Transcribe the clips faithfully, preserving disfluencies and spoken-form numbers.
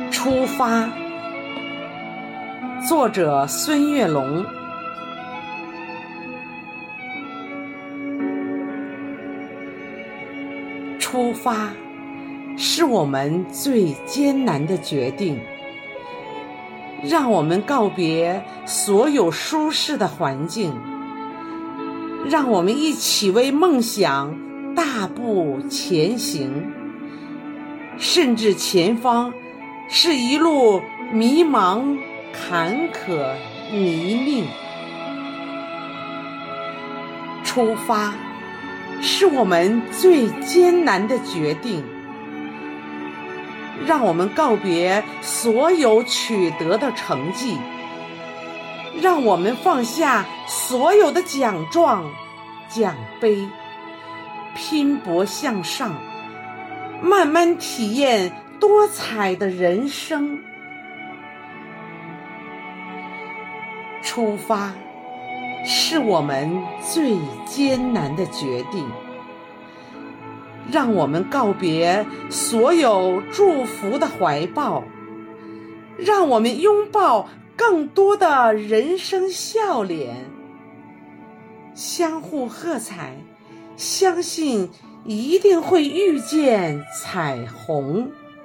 出发，作者孙月龙。出发是我们最艰难的决定，让我们告别所有舒适的环境，让我们一起为梦想大步前行，甚至前方是一路迷茫、坎坷、泥泞。出发是我们最艰难的决定，让我们告别所有取得的成绩，让我们放下所有的奖状、奖杯，拼搏向上，慢慢体验多彩的人生。出发是我们最艰难的决定，让我们告别所有祝福的怀抱，让我们拥抱更多的人生笑脸，相互喝彩，相信一定会遇见彩虹。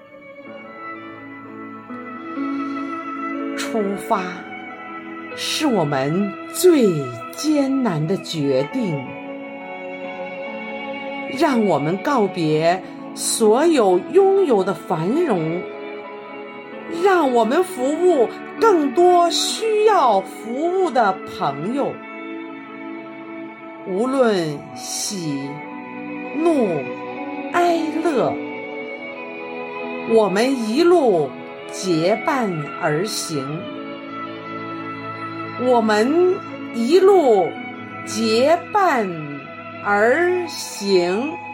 出发是我们最艰难的决定，让我们告别所有拥有的繁荣，让我们服务更多需要服务的朋友。无论喜、怒、哀乐，我们一路结伴而行，我们一路结伴而行。